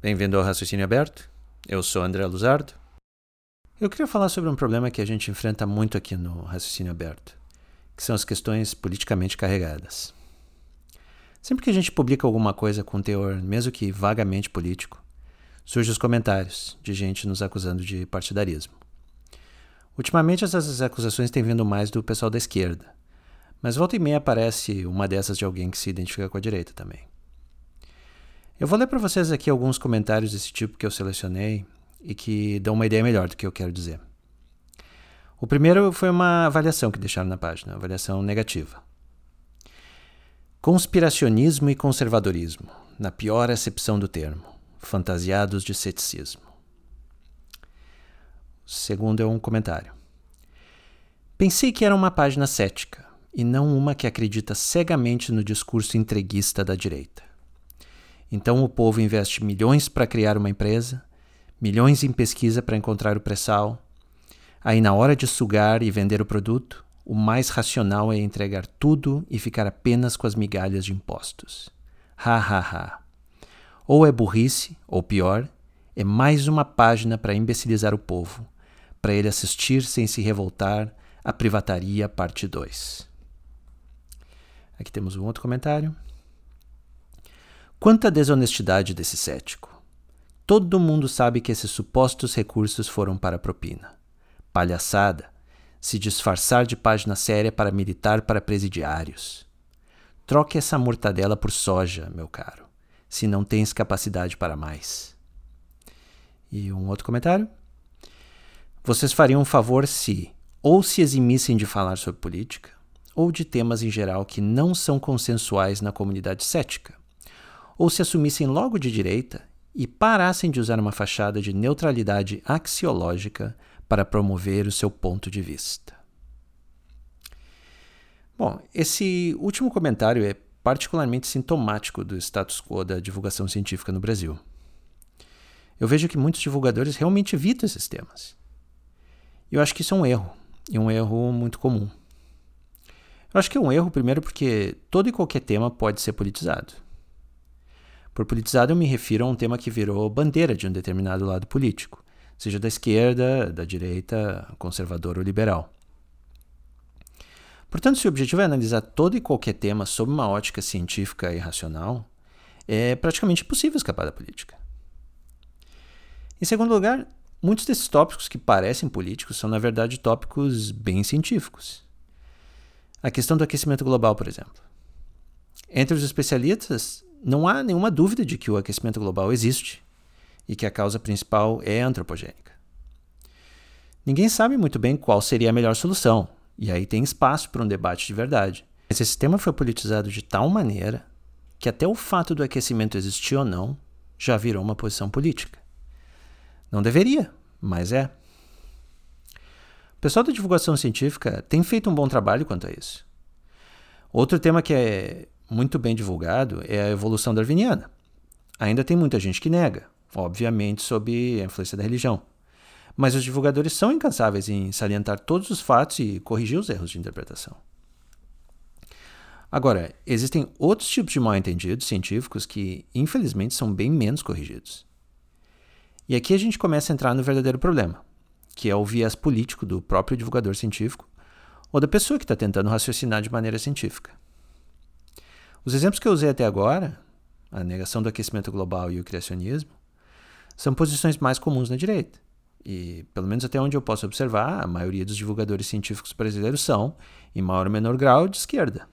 Bem-vindo ao Raciocínio Aberto. Eu sou André Luzardo. Eu queria falar sobre um problema que a gente enfrenta muito aqui no Raciocínio Aberto, que são as questões politicamente carregadas. Sempre que a gente publica alguma coisa com teor, mesmo que vagamente político, surgem os comentários de gente nos acusando de partidarismo. Ultimamente essas acusações têm vindo mais do pessoal da esquerda, mas volta e meia aparece uma dessas de alguém que se identifica com a direita também. Eu vou ler para vocês aqui alguns comentários desse tipo que eu selecionei e que dão uma ideia melhor do que eu quero dizer. O primeiro foi uma avaliação que deixaram na página, avaliação negativa. Conspiracionismo e conservadorismo, na pior acepção do termo, fantasiados de ceticismo. O segundo é um comentário. Pensei que era uma página cética e não uma que acredita cegamente no discurso entreguista da direita. Então o povo investe milhões para criar uma empresa, milhões em pesquisa para encontrar o pré-sal. Aí na hora de sugar e vender o produto, o mais racional é entregar tudo e ficar apenas com as migalhas de impostos. Ha, ha, ha. Ou é burrice, ou pior, é mais uma página para imbecilizar o povo, para ele assistir sem se revoltar a Privataria parte 2. Aqui temos um outro comentário. Quanta desonestidade desse cético. Todo mundo sabe que esses supostos recursos foram para propina. Palhaçada. Se disfarçar de página séria para militar para presidiários. Troque essa mortadela por soja, meu caro, se não tens capacidade para mais. E um outro comentário. Vocês fariam um favor se ou se eximissem de falar sobre política, ou de temas em geral que não são consensuais na comunidade cética, ou se assumissem logo de direita e parassem de usar uma fachada de neutralidade axiológica para promover o seu ponto de vista. Bom, esse último comentário é particularmente sintomático do status quo da divulgação científica no Brasil. Eu vejo que muitos divulgadores realmente evitam esses temas. Eu acho que isso é um erro, e um erro muito comum. Eu acho que é um erro, primeiro, porque todo e qualquer tema pode ser politizado. Por politizado eu me refiro a um tema que virou bandeira de um determinado lado político, seja da esquerda, da direita, conservador ou liberal. Portanto, se o objetivo é analisar todo e qualquer tema sob uma ótica científica e racional, é praticamente impossível escapar da política. Em segundo lugar, muitos desses tópicos que parecem políticos são, na verdade, tópicos bem científicos. A questão do aquecimento global, por exemplo. Entre os especialistas, não há nenhuma dúvida de que o aquecimento global existe e que a causa principal é antropogênica. Ninguém sabe muito bem qual seria a melhor solução, e aí tem espaço para um debate de verdade. Mas esse tema foi politizado de tal maneira que até o fato do aquecimento existir ou não já virou uma posição política. Não deveria, mas é. O pessoal da divulgação científica tem feito um bom trabalho quanto a isso. Outro tema que é muito bem divulgado é a evolução darwiniana. Ainda tem muita gente que nega, obviamente sob a influência da religião. Mas os divulgadores são incansáveis em salientar todos os fatos e corrigir os erros de interpretação. Agora, existem outros tipos de mal-entendidos científicos que, infelizmente, são bem menos corrigidos. E aqui a gente começa a entrar no verdadeiro problema, que é o viés político do próprio divulgador científico ou da pessoa que está tentando raciocinar de maneira científica. Os exemplos que eu usei até agora, a negação do aquecimento global e o criacionismo, são posições mais comuns na direita. E, pelo menos até onde eu posso observar, a maioria dos divulgadores científicos brasileiros são, em maior ou menor grau, de esquerda.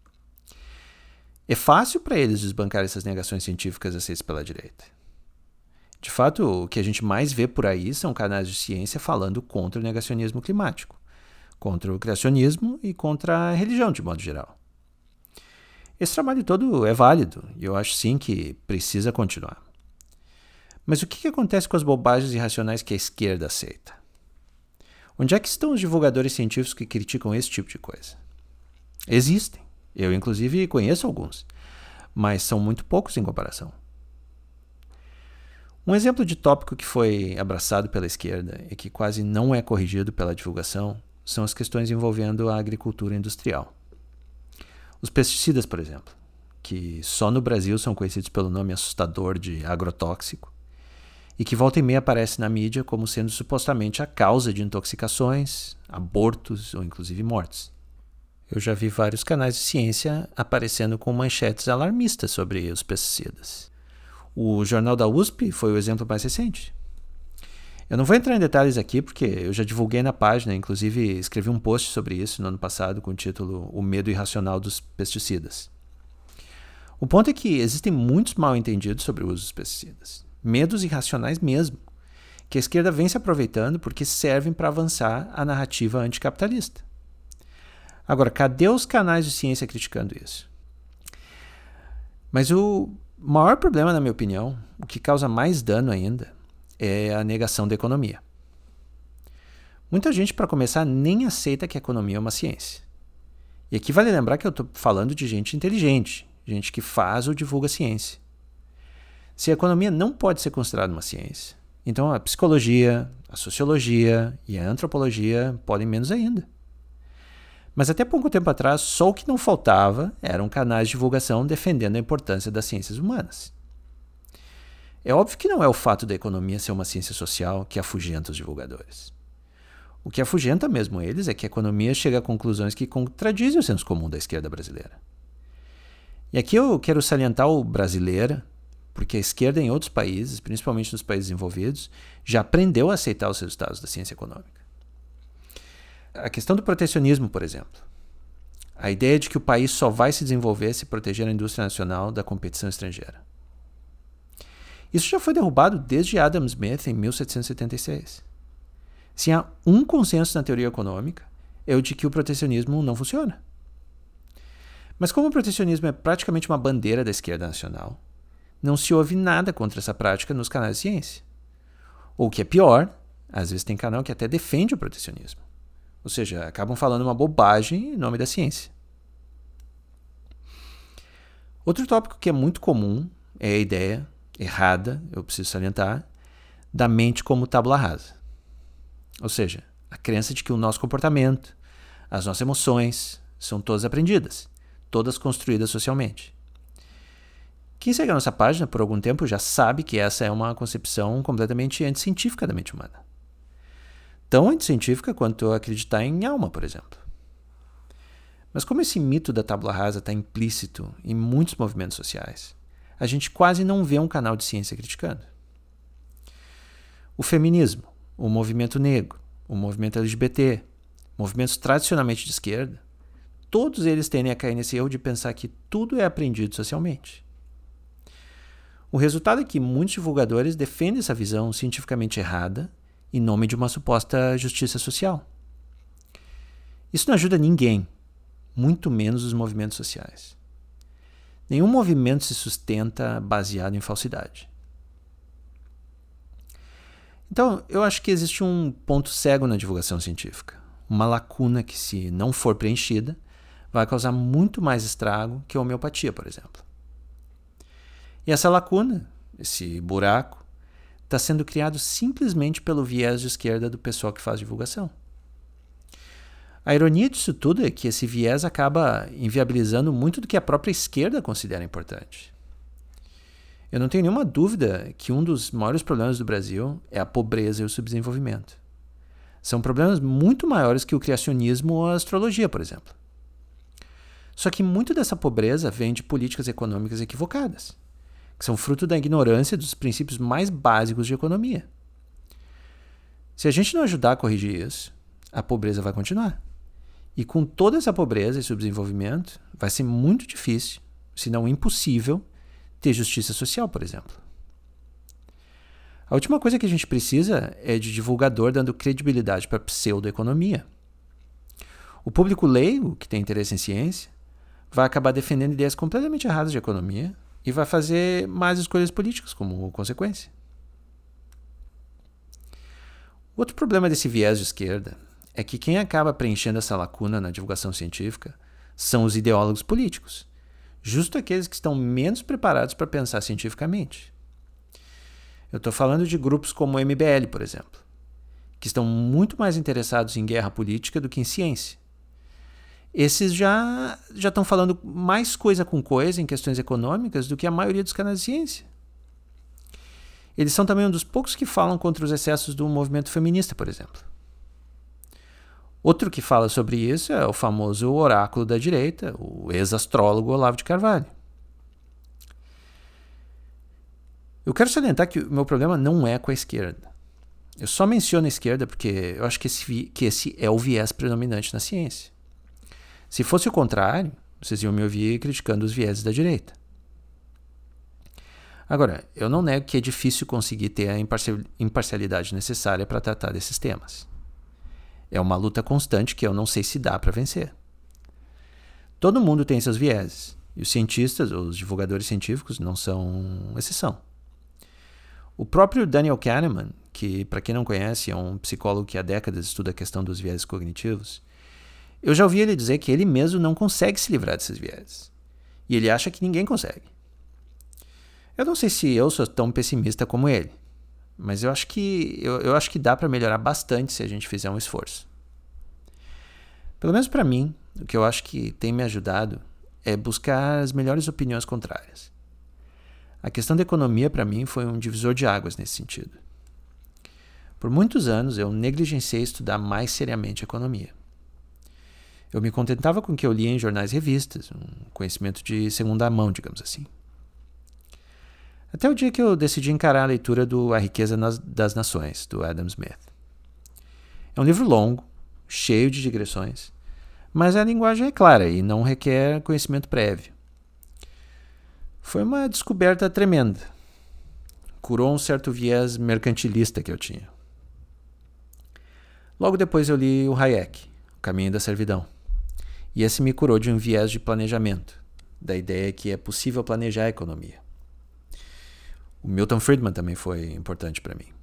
É fácil para eles desbancar essas negações científicas aceitas pela direita. De fato, o que a gente mais vê por aí são canais de ciência falando contra o negacionismo climático, contra o criacionismo e contra a religião de modo geral. Esse trabalho todo é válido e eu acho sim que precisa continuar. Mas o que acontece com as bobagens irracionais que a esquerda aceita? Onde é que estão os divulgadores científicos que criticam esse tipo de coisa? Existem. Eu, inclusive, conheço alguns, mas são muito poucos em comparação. Um exemplo de tópico que foi abraçado pela esquerda e que quase não é corrigido pela divulgação são as questões envolvendo a agricultura industrial. Os pesticidas, por exemplo, que só no Brasil são conhecidos pelo nome assustador de agrotóxico, e que volta e meia aparece na mídia como sendo supostamente a causa de intoxicações, abortos ou inclusive mortes. Eu já vi vários canais de ciência aparecendo com manchetes alarmistas sobre os pesticidas. O Jornal da USP foi o exemplo mais recente. Eu não vou entrar em detalhes aqui porque eu já divulguei na página, inclusive escrevi um post sobre isso no ano passado com o título O Medo Irracional dos Pesticidas. O ponto é que existem muitos mal-entendidos sobre o uso dos pesticidas. Medos irracionais mesmo, que a esquerda vem se aproveitando porque servem para avançar a narrativa anticapitalista. Agora, cadê os canais de ciência criticando isso? Mas o maior problema, na minha opinião, o que causa mais dano ainda, é a negação da economia. Muita gente, para começar, nem aceita que a economia é uma ciência. E aqui vale lembrar que eu estou falando de gente inteligente, gente que faz ou divulga ciência. Se a economia não pode ser considerada uma ciência, então a psicologia, a sociologia e a antropologia podem menos ainda. Mas até pouco tempo atrás, só o que não faltava eram canais de divulgação defendendo a importância das ciências humanas. É óbvio que não é o fato da economia ser uma ciência social que afugenta os divulgadores. O que afugenta mesmo eles é que a economia chega a conclusões que contradizem o senso comum da esquerda brasileira. E aqui eu quero salientar o brasileira, porque a esquerda em outros países, principalmente nos países desenvolvidos, já aprendeu a aceitar os resultados da ciência econômica. A questão do protecionismo, por exemplo. A ideia de que o país só vai se desenvolver se proteger a indústria nacional da competição estrangeira. Isso já foi derrubado desde Adam Smith em 1776. Se há um consenso na teoria econômica, é o de que o protecionismo não funciona. Mas como o protecionismo é praticamente uma bandeira da esquerda nacional, não se ouve nada contra essa prática nos canais de ciência. Ou o que é pior, às vezes tem canal que até defende o protecionismo. Ou seja, acabam falando uma bobagem em nome da ciência. Outro tópico que é muito comum é a ideia, errada, eu preciso salientar, da mente como tábua rasa. Ou seja, a crença de que o nosso comportamento, as nossas emoções, são todas aprendidas, todas construídas socialmente. Quem segue a nossa página por algum tempo já sabe que essa é uma concepção completamente anticientífica da mente humana. Tão anticientífica quanto acreditar em alma, por exemplo. Mas como esse mito da tábua rasa está implícito em muitos movimentos sociais, a gente quase não vê um canal de ciência criticando. O feminismo, o movimento negro, o movimento LGBT, movimentos tradicionalmente de esquerda, todos eles tendem a cair nesse erro de pensar que tudo é aprendido socialmente. O resultado é que muitos divulgadores defendem essa visão cientificamente errada em nome de uma suposta justiça social. Isso não ajuda ninguém, muito menos os movimentos sociais. Nenhum movimento se sustenta baseado em falsidade. Então, eu acho que existe um ponto cego na divulgação científica, uma lacuna que, se não for preenchida, vai causar muito mais estrago que a homeopatia, por exemplo. E essa lacuna, esse buraco, está sendo criado simplesmente pelo viés de esquerda do pessoal que faz divulgação. A ironia disso tudo é que esse viés acaba inviabilizando muito do que a própria esquerda considera importante. Eu não tenho nenhuma dúvida que um dos maiores problemas do Brasil é a pobreza e o subdesenvolvimento. São problemas muito maiores que o criacionismo ou a astrologia, por exemplo. Só que muito dessa pobreza vem de políticas econômicas equivocadas, que são fruto da ignorância dos princípios mais básicos de economia. Se a gente não ajudar a corrigir isso, a pobreza vai continuar. E com toda essa pobreza e subdesenvolvimento, vai ser muito difícil, se não impossível, ter justiça social, por exemplo. A última coisa que a gente precisa é de divulgador dando credibilidade para a pseudoeconomia. O público leigo, que tem interesse em ciência, vai acabar defendendo ideias completamente erradas de economia e vai fazer mais escolhas políticas como consequência. Outro problema desse viés de esquerda é que quem acaba preenchendo essa lacuna na divulgação científica são os ideólogos políticos, justo aqueles que estão menos preparados para pensar cientificamente. Eu estou falando de grupos como o MBL, por exemplo, que estão muito mais interessados em guerra política do que em ciência. Esses já estão falando mais coisa com coisa em questões econômicas do que a maioria dos canais de ciência. Eles são também um dos poucos que falam contra os excessos do movimento feminista, por exemplo. Outro que fala sobre isso é o famoso oráculo da direita, o ex-astrólogo Olavo de Carvalho. Eu quero salientar que o meu problema não é com a esquerda. Eu só menciono a esquerda porque eu acho que esse é o viés predominante na ciência. Se fosse o contrário, vocês iam me ouvir criticando os vieses da direita. Agora, eu não nego que é difícil conseguir ter a imparcialidade necessária para tratar desses temas. É uma luta constante que eu não sei se dá para vencer. Todo mundo tem seus vieses, e os cientistas, ou os divulgadores científicos, não são exceção. O próprio Daniel Kahneman, que, para quem não conhece, é um psicólogo que há décadas estuda a questão dos vieses cognitivos, eu já ouvi ele dizer que ele mesmo não consegue se livrar desses vieses. E ele acha que ninguém consegue. Eu não sei se eu sou tão pessimista como ele, mas eu acho que dá para melhorar bastante se a gente fizer um esforço. Pelo menos para mim, o que eu acho que tem me ajudado é buscar as melhores opiniões contrárias. A questão da economia, para mim, foi um divisor de águas nesse sentido. Por muitos anos, eu negligenciei estudar mais seriamente economia. Eu me contentava com o que eu lia em jornais e revistas, um conhecimento de segunda mão, digamos assim. Até o dia que eu decidi encarar a leitura do A Riqueza das Nações, do Adam Smith. É um livro longo, cheio de digressões, mas a linguagem é clara e não requer conhecimento prévio. Foi uma descoberta tremenda. Curou um certo viés mercantilista que eu tinha. Logo depois eu li o Hayek, O Caminho da Servidão. E esse me curou de um viés de planejamento, da ideia que é possível planejar a economia. O Milton Friedman também foi importante para mim.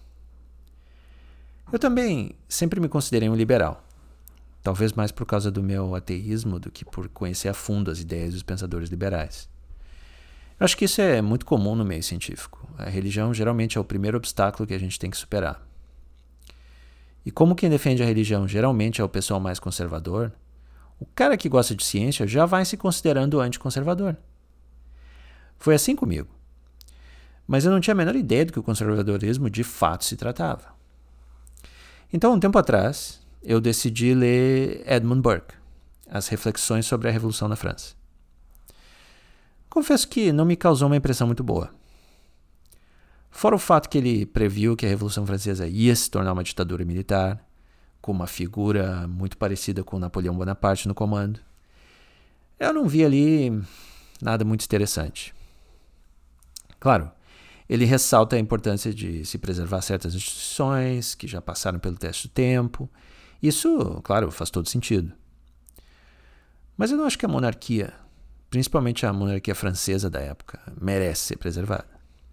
Eu também sempre me considerei um liberal. Talvez mais por causa do meu ateísmo do que por conhecer a fundo as ideias dos pensadores liberais. Eu acho que isso é muito comum no meio científico. A religião geralmente é o primeiro obstáculo que a gente tem que superar. E como quem defende a religião geralmente é o pessoal mais conservador, o cara que gosta de ciência já vai se considerando anticonservador. Foi assim comigo. Mas eu não tinha a menor ideia do que o conservadorismo de fato se tratava. Então, um tempo atrás, eu decidi ler Edmund Burke, As Reflexões sobre a Revolução na França. Confesso que não me causou uma impressão muito boa. Fora o fato que ele previu que a Revolução Francesa ia se tornar uma ditadura militar, com uma figura muito parecida com Napoleão Bonaparte no comando, eu não vi ali nada muito interessante. Claro, ele ressalta a importância de se preservar certas instituições que já passaram pelo teste do tempo. Isso, claro, faz todo sentido. Mas eu não acho que a monarquia, principalmente a monarquia francesa da época, merece ser preservada.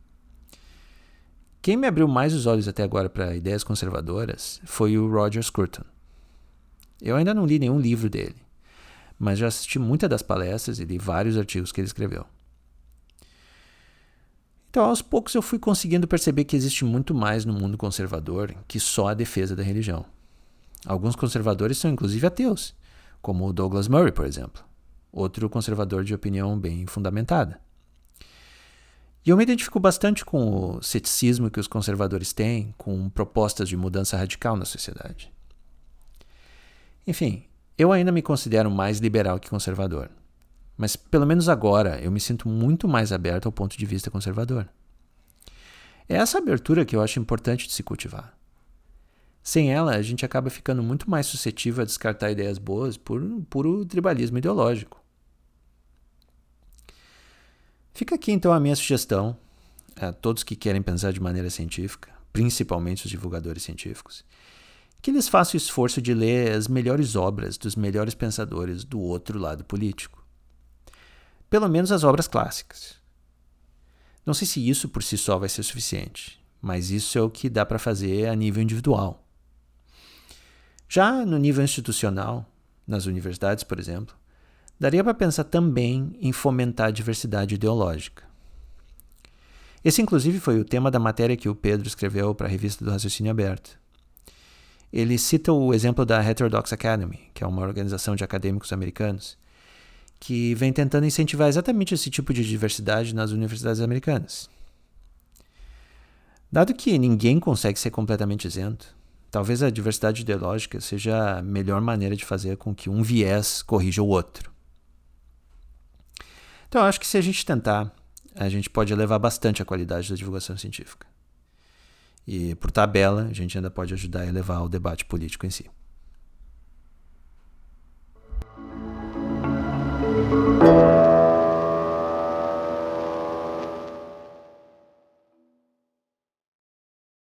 Quem me abriu mais os olhos até agora para ideias conservadoras foi o Roger Scruton. Eu ainda não li nenhum livro dele, mas já assisti muitas das palestras e li vários artigos que ele escreveu. Então, aos poucos eu fui conseguindo perceber que existe muito mais no mundo conservador que só a defesa da religião. Alguns conservadores são inclusive ateus, como o Douglas Murray, por exemplo, outro conservador de opinião bem fundamentada. E eu me identifico bastante com o ceticismo que os conservadores têm com propostas de mudança radical na sociedade. Enfim, eu ainda me considero mais liberal que conservador. Mas, pelo menos agora, eu me sinto muito mais aberto ao ponto de vista conservador. É essa abertura que eu acho importante de se cultivar. Sem ela, a gente acaba ficando muito mais suscetível a descartar ideias boas por um puro tribalismo ideológico. Fica aqui, então, a minha sugestão a todos que querem pensar de maneira científica, principalmente os divulgadores científicos, que eles façam o esforço de ler as melhores obras dos melhores pensadores do outro lado político. Pelo menos as obras clássicas. Não sei se isso por si só vai ser suficiente, mas isso é o que dá para fazer a nível individual. Já no nível institucional, nas universidades, por exemplo, daria para pensar também em fomentar a diversidade ideológica. Esse, inclusive, foi o tema da matéria que o Pedro escreveu para a revista do Raciocínio Aberto. Ele cita o exemplo da Heterodox Academy, que é uma organização de acadêmicos americanos, que vem tentando incentivar exatamente esse tipo de diversidade nas universidades americanas. Dado que ninguém consegue ser completamente isento, talvez a diversidade ideológica seja a melhor maneira de fazer com que um viés corrija o outro. Então, eu acho que se a gente tentar, a gente pode elevar bastante a qualidade da divulgação científica. E, por tabela, a gente ainda pode ajudar a elevar o debate político em si.